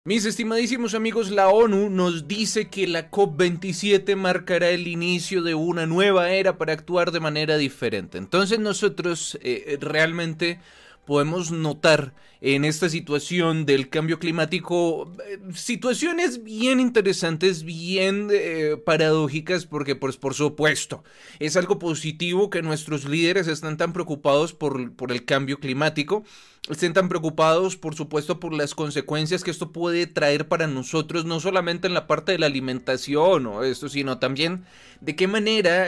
Mis estimadísimos amigos, la ONU nos dice que la COP27 marcará el inicio de una nueva era para actuar de manera diferente. Entonces nosotros realmente podemos notar en esta situación del cambio climático situaciones bien interesantes, bien paradójicas, porque pues, por supuesto es algo positivo que nuestros líderes están tan preocupados por el cambio climático, estén tan preocupados por supuesto por las consecuencias que esto puede traer para nosotros, no solamente en la parte de la alimentación o esto, sino también de qué manera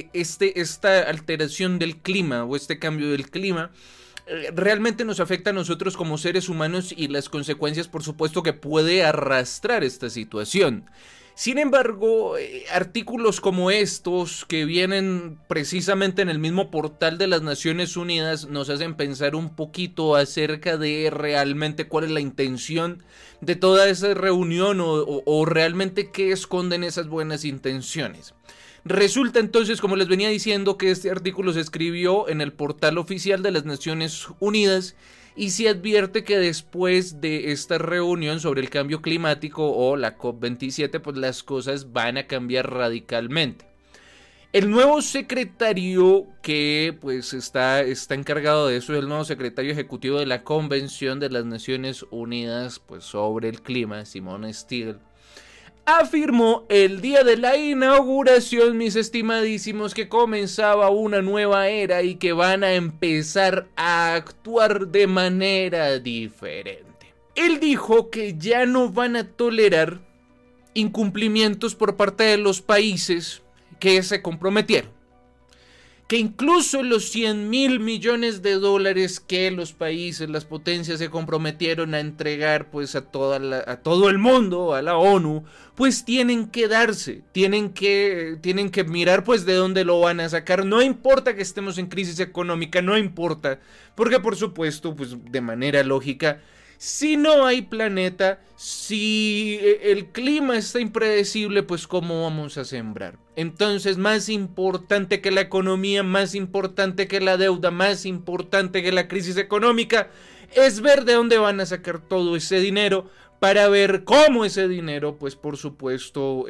esta alteración del clima o este cambio del clima realmente nos afecta a nosotros como seres humanos y las consecuencias por supuesto que puede arrastrar esta situación. Sin embargo, artículos como estos que vienen precisamente en el mismo portal de las Naciones Unidas nos hacen pensar un poquito acerca de realmente cuál es la intención de toda esa reunión o realmente qué esconden esas buenas intenciones. Resulta entonces, como les venía diciendo, que este artículo se escribió en el portal oficial de las Naciones Unidas y se advierte que después de esta reunión sobre el cambio climático o la COP27, pues las cosas van a cambiar radicalmente. El nuevo secretario que pues está encargado de eso es el nuevo secretario ejecutivo de la Convención de las Naciones Unidas pues sobre el clima, Simon Stiell. Afirmó el día de la inauguración, mis estimadísimos, que comenzaba una nueva era y que van a empezar a actuar de manera diferente. Él dijo que ya no van a tolerar incumplimientos por parte de los países que se comprometieron. Que incluso los 100.000 millones de dólares que los países, las potencias se comprometieron a entregar pues a todo el mundo, a la ONU, pues tienen que darse, tienen que mirar pues de dónde lo van a sacar. No importa que estemos en crisis económica, no importa, porque por supuesto pues de manera lógica, si no hay planeta, si el clima está impredecible, pues ¿cómo vamos a sembrar? Entonces, más importante que la economía, más importante que la deuda, más importante que la crisis económica, es ver de dónde van a sacar todo ese dinero para ver cómo ese dinero, pues por supuesto,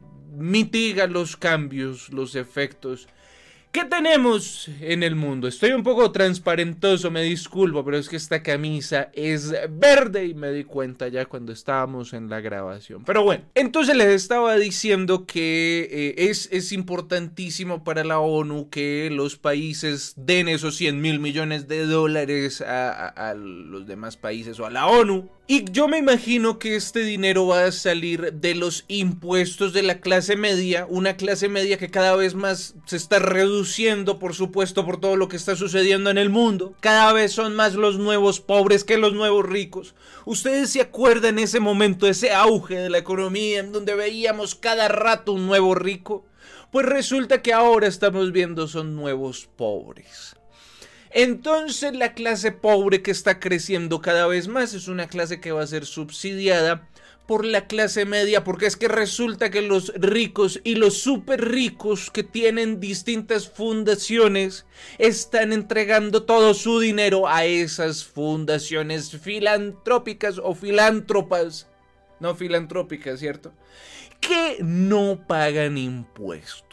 mitiga los cambios, los efectos. ¿Qué tenemos en el mundo? Estoy un poco transparentoso, me disculpo, pero es que esta camisa es verde y me di cuenta ya cuando estábamos en la grabación. Pero bueno, entonces les estaba diciendo que es importantísimo para la ONU que los países den esos 100.000 millones de dólares a los demás países o a la ONU. Y yo me imagino que este dinero va a salir de los impuestos de la clase media, una clase media que cada vez más se está reduciendo, por supuesto, por todo lo que está sucediendo en el mundo. Cada vez son más los nuevos pobres que los nuevos ricos. ¿Ustedes se acuerdan ese momento, ese auge de la economía en donde veíamos cada rato un nuevo rico? Pues resulta que ahora estamos viendo son nuevos pobres. Entonces la clase pobre que está creciendo cada vez más es una clase que va a ser subsidiada por la clase media, porque es que resulta que los ricos y los súper ricos que tienen distintas fundaciones están entregando todo su dinero a esas fundaciones filantrópicas o filántropas, no filantrópicas, ¿cierto? Que no pagan impuestos.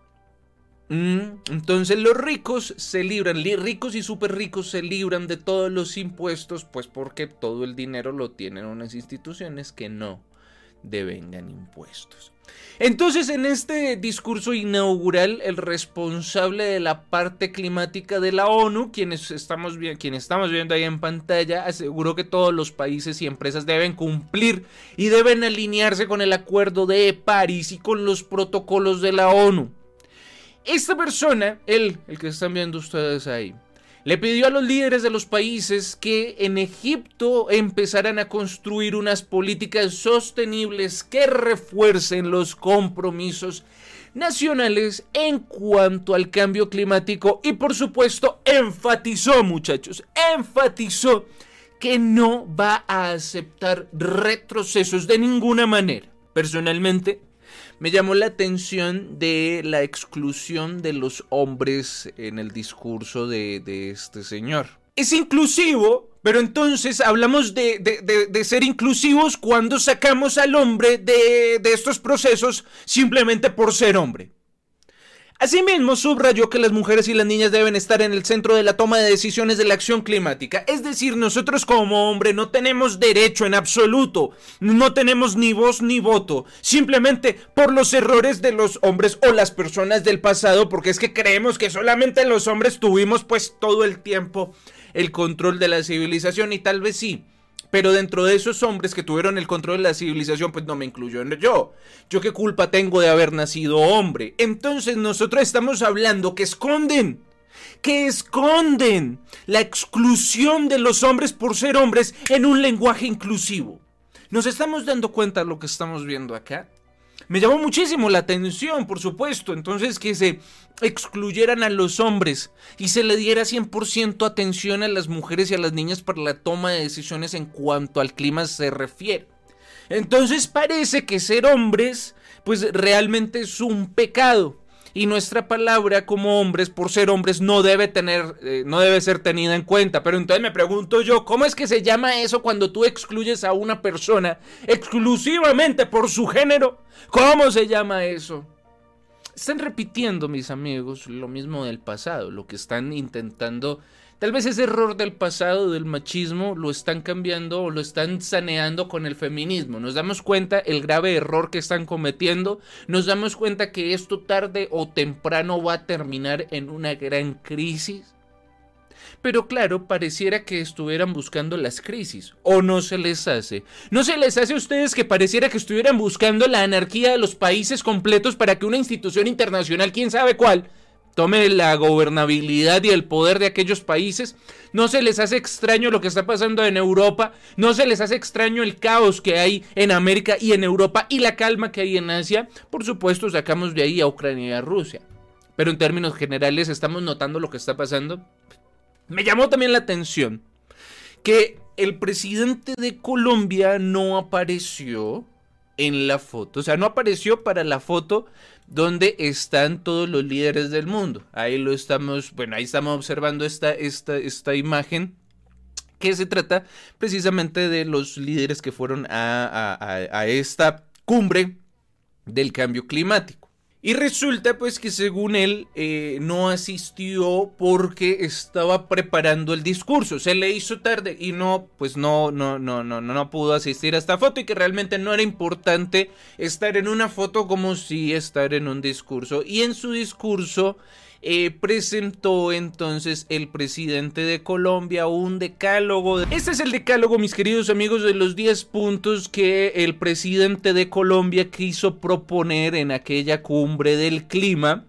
Entonces los ricos se libran, ricos y súper ricos se libran de todos los impuestos, pues porque todo el dinero lo tienen unas instituciones que no devengan impuestos. Entonces en este discurso inaugural el responsable de la parte climática de la ONU, quien estamos viendo ahí en pantalla, aseguró que todos los países y empresas deben cumplir y deben alinearse con el Acuerdo de París y con los protocolos de la ONU. Esta persona, el que están viendo ustedes ahí, le pidió a los líderes de los países que en Egipto empezaran a construir unas políticas sostenibles que refuercen los compromisos nacionales en cuanto al cambio climático y por supuesto enfatizó, muchachos, enfatizó que no va a aceptar retrocesos de ninguna manera. Personalmente, me llamó la atención de la exclusión de los hombres en el discurso de este señor. Es inclusivo Pero entonces hablamos de ser inclusivos cuando sacamos al hombre de estos procesos simplemente por ser hombre. Asimismo, subrayó que las mujeres y las niñas deben estar en el centro de la toma de decisiones de la acción climática. Es decir, nosotros como hombre no tenemos derecho en absoluto, no tenemos ni voz ni voto, simplemente por los errores de los hombres o las personas del pasado, porque es que creemos que solamente los hombres tuvimos pues todo el tiempo el control de la civilización, y tal vez sí. Pero dentro de esos hombres que tuvieron el control de la civilización, pues no me incluyo yo. ¿Yo qué culpa tengo de haber nacido hombre? Entonces nosotros estamos hablando que esconden la exclusión de los hombres por ser hombres en un lenguaje inclusivo. ¿Nos estamos dando cuenta de lo que estamos viendo acá? Me llamó muchísimo la atención, por supuesto, entonces que se excluyeran a los hombres y se le diera 100% atención a las mujeres y a las niñas para la toma de decisiones en cuanto al clima se refiere. Entonces parece que ser hombres, pues realmente es un pecado. Y nuestra palabra como hombres, por ser hombres, no debe ser tenida en cuenta. Pero entonces me pregunto yo, ¿cómo es que se llama eso cuando tú excluyes a una persona exclusivamente por su género? ¿Cómo se llama eso? Están repitiendo, mis amigos, lo mismo del pasado, lo que están intentando. Tal vez ese error del pasado, del machismo, lo están cambiando o lo están saneando con el feminismo. Nos damos cuenta el grave error que están cometiendo. Nos damos cuenta que esto tarde o temprano va a terminar en una gran crisis. Pero claro, pareciera que estuvieran buscando las crisis. ¿O no se les hace? ¿No se les hace a ustedes que pareciera que estuvieran buscando la anarquía de los países completos para que una institución internacional, quién sabe cuál, tome la gobernabilidad y el poder de aquellos países? ¿No se les hace extraño lo que está pasando en Europa? ¿No se les hace extraño el caos que hay en América y en Europa y la calma que hay en Asia? Por supuesto, sacamos de ahí a Ucrania y a Rusia. Pero en términos generales, ¿estamos notando lo que está pasando? Me llamó también la atención que el presidente de Colombia no apareció en la foto. O sea, no apareció para la foto donde están todos los líderes del mundo. Ahí lo estamos, ahí estamos observando esta imagen, que se trata precisamente de los líderes que fueron a esta cumbre del cambio climático. Y resulta pues que según él no asistió porque estaba preparando el discurso. Se le hizo tarde y no pudo asistir a esta foto, y que realmente no era importante estar en una foto como si estar en un discurso. Y en su discurso presentó entonces el presidente de Colombia un decálogo. Este es el decálogo, mis queridos amigos, de los 10 puntos que el presidente de Colombia quiso proponer en aquella cumbre del clima.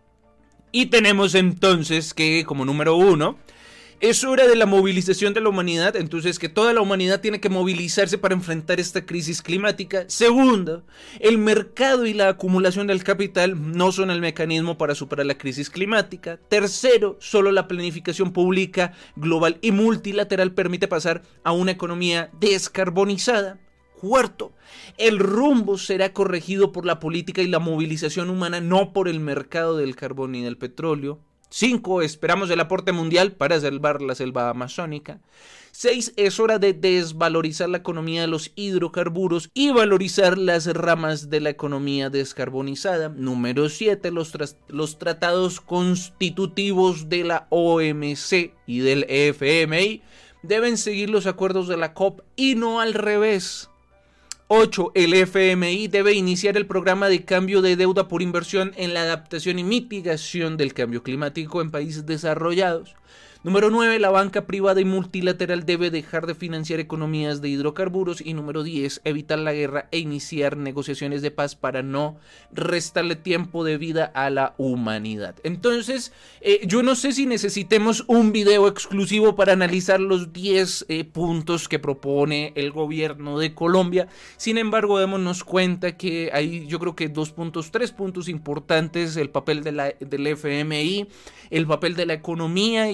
Y tenemos entonces que, como número 1, es hora de la movilización de la humanidad, entonces que toda la humanidad tiene que movilizarse para enfrentar esta crisis climática. Segundo, el mercado y la acumulación del capital no son el mecanismo para superar la crisis climática. Tercero, solo la planificación pública, global y multilateral permite pasar a una economía descarbonizada. Cuarto, el rumbo será corregido por la política y la movilización humana, no por el mercado del carbón y del petróleo. 5. Esperamos el aporte mundial para salvar la selva amazónica. 6. Es hora de desvalorizar la economía de los hidrocarburos y valorizar las ramas de la economía descarbonizada. Número 7. Los tratados constitutivos de la OMC y del FMI deben seguir los acuerdos de la COP y no al revés. 8. El FMI debe iniciar el programa de cambio de deuda por inversión en la adaptación y mitigación del cambio climático en países desarrollados. Número 9. La banca privada y multilateral debe dejar de financiar economías de hidrocarburos. Y número 10. Evitar la guerra e iniciar negociaciones de paz para no restarle tiempo de vida a la humanidad. Entonces, yo no sé si necesitemos un video exclusivo para analizar los 10 puntos que propone el gobierno de Colombia. Sin embargo, démonos cuenta que hay, yo creo que 3 puntos importantes: el papel del FMI, el papel de la economía y el papel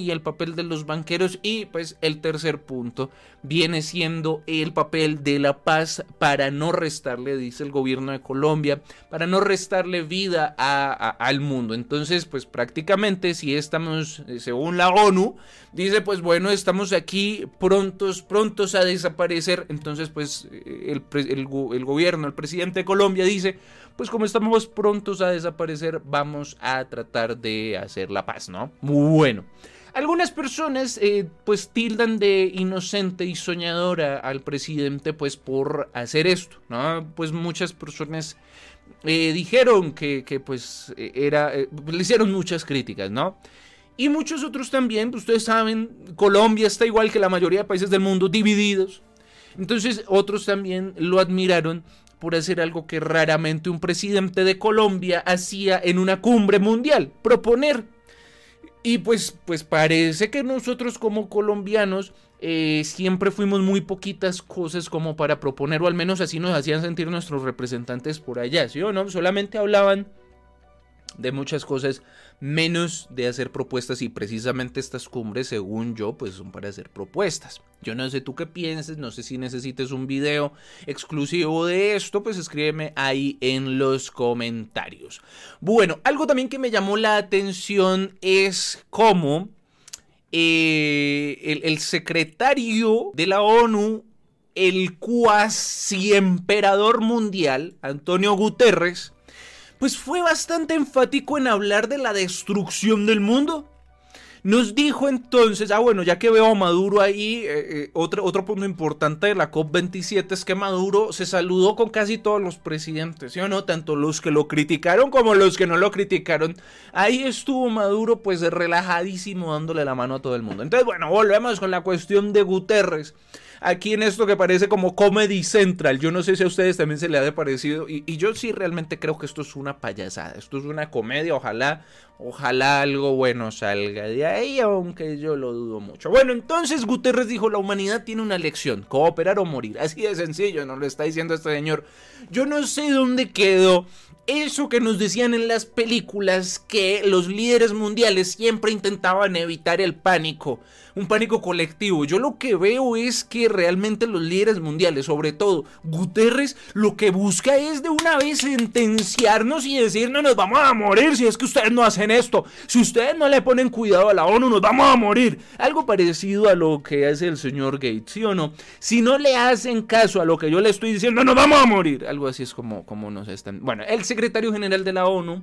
papel de los banqueros y pues el tercer punto viene siendo el papel de la paz para no restarle, dice el gobierno de Colombia, para no restarle vida al mundo. Entonces pues prácticamente si estamos, según la ONU, dice pues bueno, estamos aquí prontos a desaparecer. Entonces pues el gobierno, el presidente de Colombia dice pues como estamos prontos a desaparecer, vamos a tratar de hacer la paz, ¿no? Bueno, algunas personas pues tildan de inocente y soñadora al presidente pues por hacer esto, ¿no? Pues muchas personas dijeron que pues le hicieron muchas críticas, ¿no? Y muchos otros también, pues ustedes saben, Colombia está igual que la mayoría de países del mundo, divididos. Entonces otros también lo admiraron por hacer algo que raramente un presidente de Colombia hacía en una cumbre mundial, proponer. Y pues parece que nosotros como colombianos siempre fuimos muy poquitas cosas como para proponer, o al menos así nos hacían sentir nuestros representantes por allá, ¿sí o no? Solamente hablaban de muchas cosas menos de hacer propuestas, y precisamente estas cumbres, según yo, pues son para hacer propuestas. Yo no sé tú qué pienses, no sé si necesites un video exclusivo de esto, pues escríbeme ahí en los comentarios. Bueno, algo también que me llamó la atención es cómo el secretario de la ONU, el cuasi emperador mundial, Antonio Guterres, pues fue bastante enfático en hablar de la destrucción del mundo. Nos dijo entonces, bueno, ya que veo a Maduro ahí, otro punto importante de la COP27 es que Maduro se saludó con casi todos los presidentes, ¿sí o no? Tanto los que lo criticaron como los que no lo criticaron. Ahí estuvo Maduro pues relajadísimo dándole la mano a todo el mundo. Entonces, bueno, volvemos con la cuestión de Guterres. Aquí en esto que parece como Comedy Central, yo no sé si a ustedes también se les ha parecido, y yo sí realmente creo que esto es una payasada, esto es una comedia, ojalá algo bueno salga de ahí, aunque yo lo dudo mucho. Bueno, entonces Guterres dijo, la humanidad tiene una lección, cooperar o morir, así de sencillo, nos lo está diciendo este señor. Yo no sé dónde quedó eso que nos decían en las películas, que los líderes mundiales siempre intentaban evitar el pánico, un pánico colectivo. Yo lo que veo es que realmente los líderes mundiales, sobre todo Guterres, lo que busca es de una vez sentenciarnos y decir, no nos vamos a morir si es que ustedes no hacen esto, si ustedes no le ponen cuidado a la ONU, nos vamos a morir. Algo parecido a lo que hace el señor Gates, ¿sí o no? Si no le hacen caso a lo que yo le estoy diciendo, nos vamos a morir. Algo así es como nos están... Bueno, el secretario general de la ONU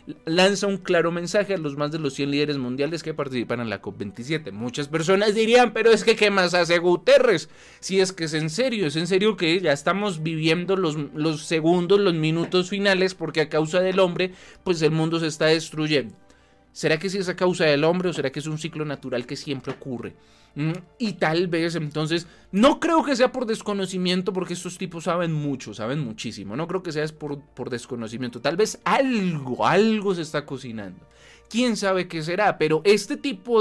lanza un claro mensaje a los más de los 100 líderes mundiales que participan en la COP27. Muchas personas dirían, pero es que ¿qué más hace Guterres? Si es que es en serio que ya estamos viviendo los segundos, los minutos finales, porque a causa del hombre, pues el mundo se está destruyendo. ¿Será que sí es a causa del hombre o será que es un ciclo natural que siempre ocurre? Y tal vez entonces, no creo que sea por desconocimiento, porque estos tipos saben mucho, saben muchísimo. No creo que sea por desconocimiento. Tal vez algo se está cocinando. Quién sabe qué será, pero este tipo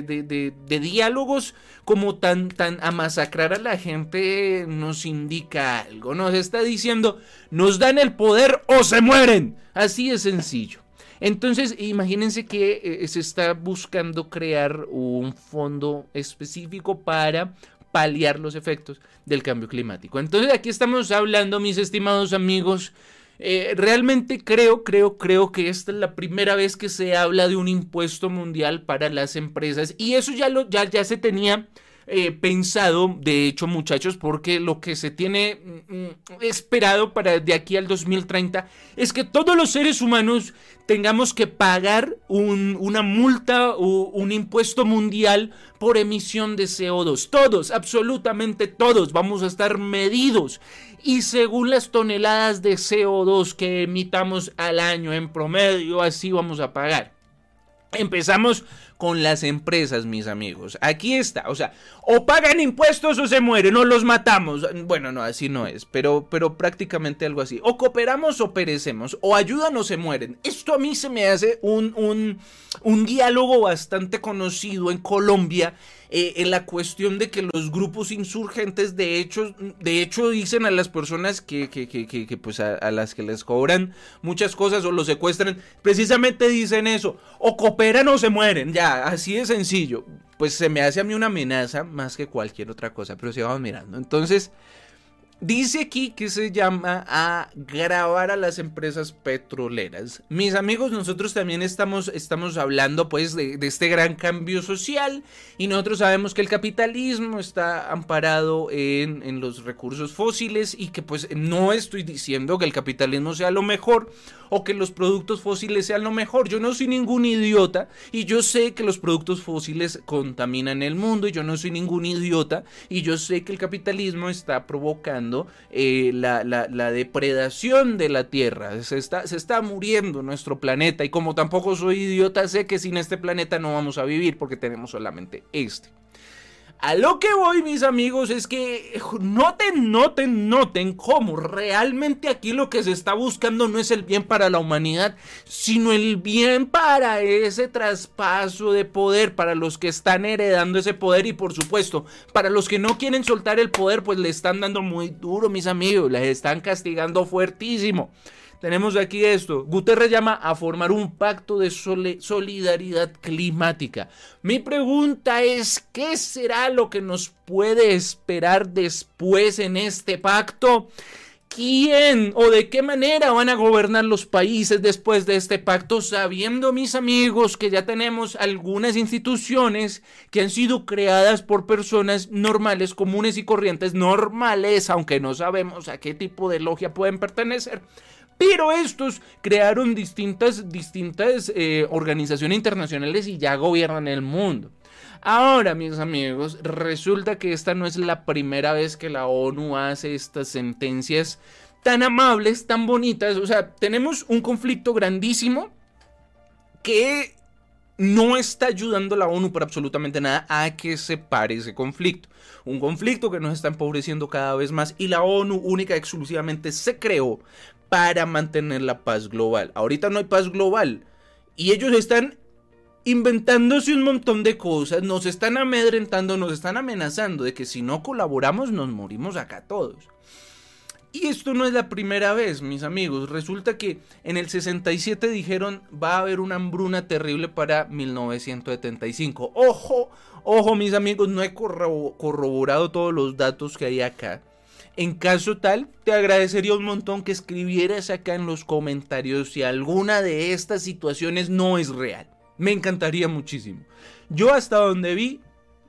de diálogos como tan a masacrar a la gente nos indica algo. Nos está diciendo, nos dan el poder o se mueren. Así de sencillo. Entonces, imagínense que se está buscando crear un fondo específico para paliar los efectos del cambio climático. Entonces, aquí estamos hablando, mis estimados amigos, realmente creo que esta es la primera vez que se habla de un impuesto mundial para las empresas, y eso ya se tenía pensado, de hecho, muchachos, porque lo que se tiene esperado para de aquí al 2030 es que todos los seres humanos tengamos que pagar una multa o un impuesto mundial por emisión de CO2. Todos, absolutamente todos, vamos a estar medidos, y según las toneladas de CO2 que emitamos al año en promedio, así vamos a pagar. Empezamos con las empresas, mis amigos. Aquí está, o sea, o pagan impuestos o se mueren, o los matamos. Bueno, no, así no es, pero prácticamente algo así. O cooperamos o perecemos, o ayudan o se mueren. Esto a mí se me hace un diálogo bastante conocido en Colombia, en la cuestión de que los grupos insurgentes de hecho dicen a las personas que pues a las que les cobran muchas cosas o los secuestran, precisamente dicen eso, o cooperan o se mueren, ya, así de sencillo. pues se me hace a mí una amenaza más que cualquier otra cosa, pero sigamos mirando. Entonces, dice aquí que se llama a grabar a las empresas petroleras. Mis amigos, nosotros también estamos hablando pues de este gran cambio social, y nosotros sabemos que el capitalismo está amparado en los recursos fósiles, y que pues no estoy diciendo que el capitalismo sea lo mejor o que los productos fósiles sean lo mejor. Yo no soy ningún idiota, y yo sé que los productos fósiles contaminan el mundo, y yo no soy ningún idiota, y yo sé que el capitalismo está provocando la depredación de la tierra. Se está muriendo nuestro planeta, y como tampoco soy idiota, sé que sin este planeta no vamos a vivir, porque tenemos solamente este. A lo que voy, mis amigos, es que noten cómo realmente aquí lo que se está buscando no es el bien para la humanidad, sino el bien para ese traspaso de poder, para los que están heredando ese poder, y por supuesto, para los que no quieren soltar el poder, pues le están dando muy duro, mis amigos, les están castigando fuertísimo. Tenemos aquí esto. Guterres llama a formar un pacto de solidaridad climática. Mi pregunta es, ¿qué será lo que nos puede esperar después en este pacto? ¿Quién o de qué manera van a gobernar los países después de este pacto? Sabiendo, mis amigos, que ya tenemos algunas instituciones que han sido creadas por personas normales, comunes y corrientes, normales, aunque no sabemos a qué tipo de logia pueden pertenecer. Pero estos crearon distintas organizaciones internacionales y ya gobiernan el mundo. Ahora, mis amigos, resulta que esta no es la primera vez que la ONU hace estas sentencias tan amables, tan bonitas. O sea, tenemos un conflicto grandísimo que no está ayudando a la ONU para absolutamente nada a que se pare ese conflicto. Un conflicto que nos está empobreciendo cada vez más, y la ONU única y exclusivamente se creó para mantener la paz global. Ahorita no hay paz global, y ellos están inventándose un montón de cosas, nos están amedrentando, nos están amenazando de que si no colaboramos nos morimos acá todos. Y esto no es la primera vez, mis amigos. Resulta que en el 67 dijeron va a haber una hambruna terrible para 1975. Ojo, mis amigos, no he corroborado todos los datos que hay acá. En caso tal, te agradecería un montón que escribieras acá en los comentarios si alguna de estas situaciones no es real. Me encantaría muchísimo. Yo hasta donde vi,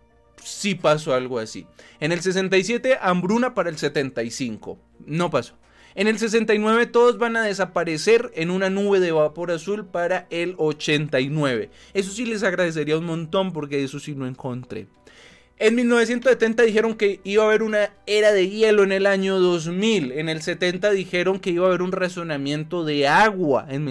sí pasó algo así. En el 67, hambruna para el 75. No pasó. En el 69 todos van a desaparecer en una nube de vapor azul para el 89. Eso sí les agradecería un montón, porque eso sí no encontré. En 1970 dijeron que iba a haber una era de hielo en el año 2000. En el 70 dijeron que iba a haber un racionamiento de agua en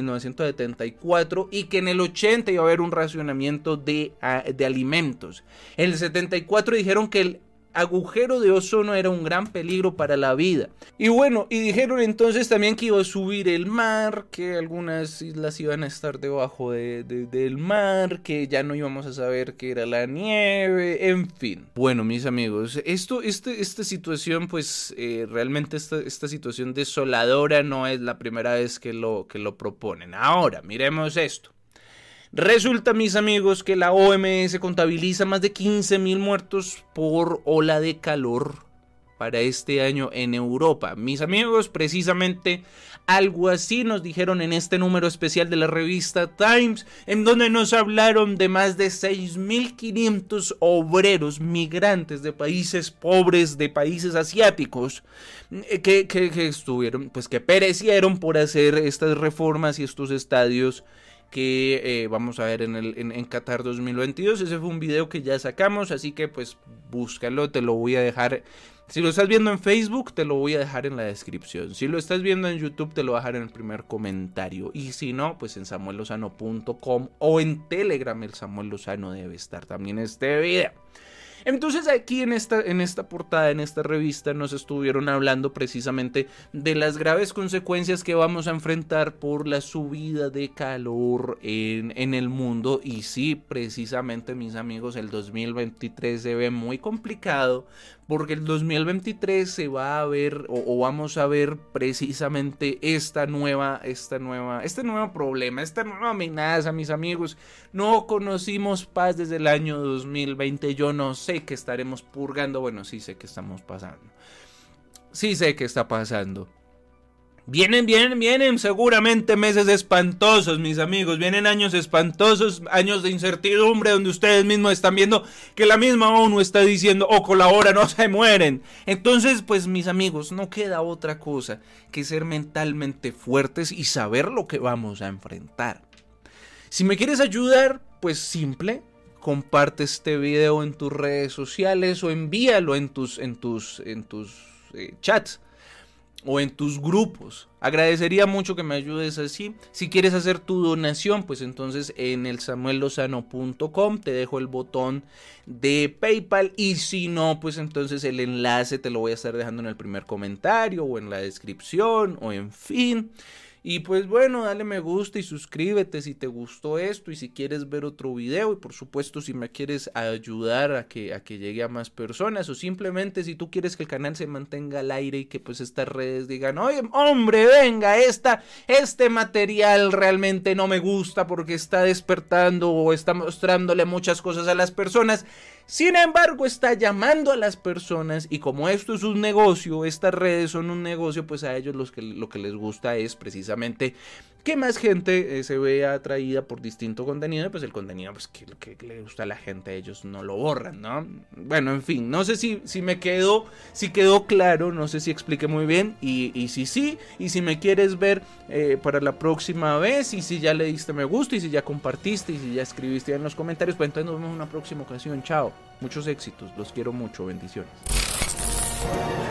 1974, y que en el 80 iba a haber un racionamiento de alimentos. En el 74 dijeron que el agujero de ozono era un gran peligro para la vida. Y bueno, y dijeron entonces también que iba a subir el mar, que algunas islas iban a estar debajo del mar, que ya no íbamos a saber qué era la nieve, en fin. Bueno, mis amigos, esta situación, pues realmente esta situación desoladora no es la primera vez que lo proponen. Ahora, miremos esto. Resulta, mis amigos, que la OMS contabiliza más de 15.000 muertos por ola de calor para este año en Europa. Mis amigos, precisamente algo así nos dijeron en este número especial de la revista Times, en donde nos hablaron de más de 6.500 obreros migrantes de países pobres, de países asiáticos, que estuvieron, pues que perecieron por hacer estas reformas y estos estadios que vamos a ver en Qatar 2022. Ese fue un video que ya sacamos, así que pues búscalo, te lo voy a dejar. Si lo estás viendo en Facebook, te lo voy a dejar en la descripción. Si lo estás viendo en YouTube, te lo voy a dejar en el primer comentario. Y si no, pues en samuellozano.com o en Telegram, el Samuel Lozano debe estar también este video. Entonces aquí en esta portada, en esta revista, nos estuvieron hablando precisamente de las graves consecuencias que vamos a enfrentar por la subida de calor en el mundo. Y sí, precisamente, mis amigos, el 2023 se ve muy complicado porque el 2023 se va a ver o vamos a ver precisamente este nuevo problema, esta nueva amenaza, mis amigos. No conocimos paz desde el año 2020, yo no sé qué estaremos purgando, bueno, sí sé qué estamos pasando, sí sé qué está pasando. Vienen seguramente meses espantosos, mis amigos. Vienen años espantosos, años de incertidumbre, donde ustedes mismos están viendo que la misma ONU está diciendo, o colabora, no se mueren. Entonces, pues, mis amigos, no queda otra cosa que ser mentalmente fuertes y saber lo que vamos a enfrentar. Si me quieres ayudar, pues simple, comparte este video en tus redes sociales o envíalo en tus chats o en tus grupos. Agradecería mucho que me ayudes así. Si quieres hacer tu donación, pues entonces en el samuellozano.com te dejo el botón de PayPal, y si no, pues entonces el enlace te lo voy a estar dejando en el primer comentario o en la descripción, o en fin. Y pues bueno, dale me gusta y suscríbete si te gustó esto, y si quieres ver otro video, y por supuesto si me quieres ayudar a que llegue a más personas, o simplemente si tú quieres que el canal se mantenga al aire y que pues estas redes digan, oye hombre, venga, este material realmente no me gusta porque está despertando o está mostrándole muchas cosas a las personas. Sin embargo, está llamando a las personas, y como esto es un negocio, estas redes son un negocio, pues a ellos lo que les gusta es precisamente que más gente se vea atraída por distinto contenido, y pues el contenido pues que le gusta a la gente, a ellos no lo borran, ¿no? Bueno, en fin, no sé si quedó claro, no sé si expliqué muy bien, y si sí, y si me quieres ver para la próxima vez, y si ya le diste me gusta, y si ya compartiste, y si ya escribiste en los comentarios, pues entonces nos vemos en una próxima ocasión. Chao, muchos éxitos, los quiero mucho, bendiciones.